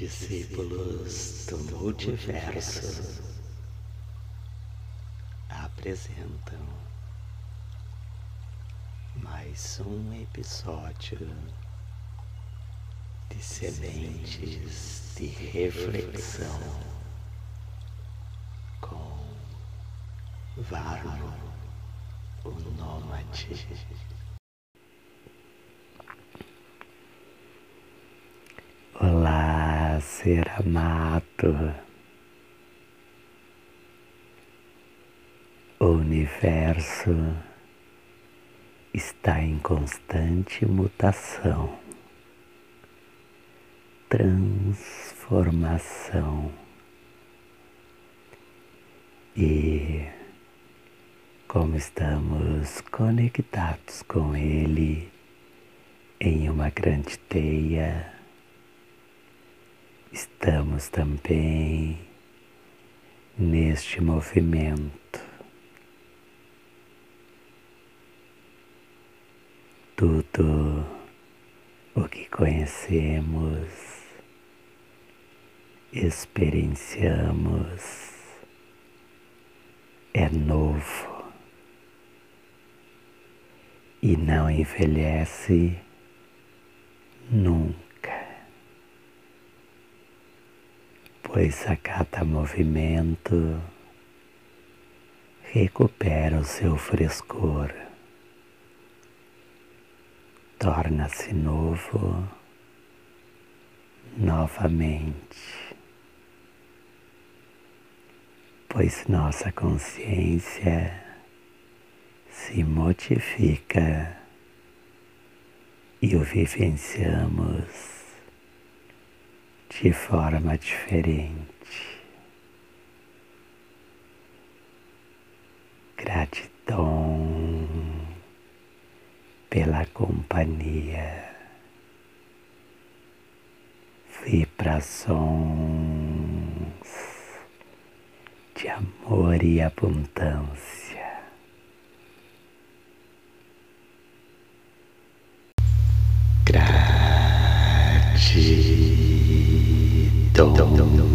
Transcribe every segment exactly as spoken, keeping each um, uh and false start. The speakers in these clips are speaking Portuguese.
Discípulos do Multiverso apresentam mais um episódio de Sementes de Reflexão com Varno, o Nômade. Olá, ser amado. O universo está em constante mutação, transformação e, como estamos conectados com ele em uma grande teia, estamos também neste movimento. Tudo o que conhecemos, experienciamos, é novo e não envelhece nunca. Pois a cada movimento recupera o seu frescor, torna-se novo novamente, pois nossa consciência se modifica e o vivenciamos de forma diferente. Gratidão pela companhia, vibrações de amor e abundância. Gratidão.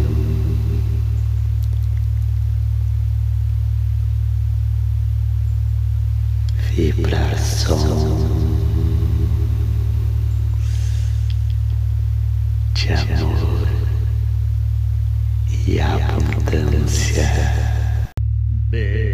Vibrações de amor e abundância.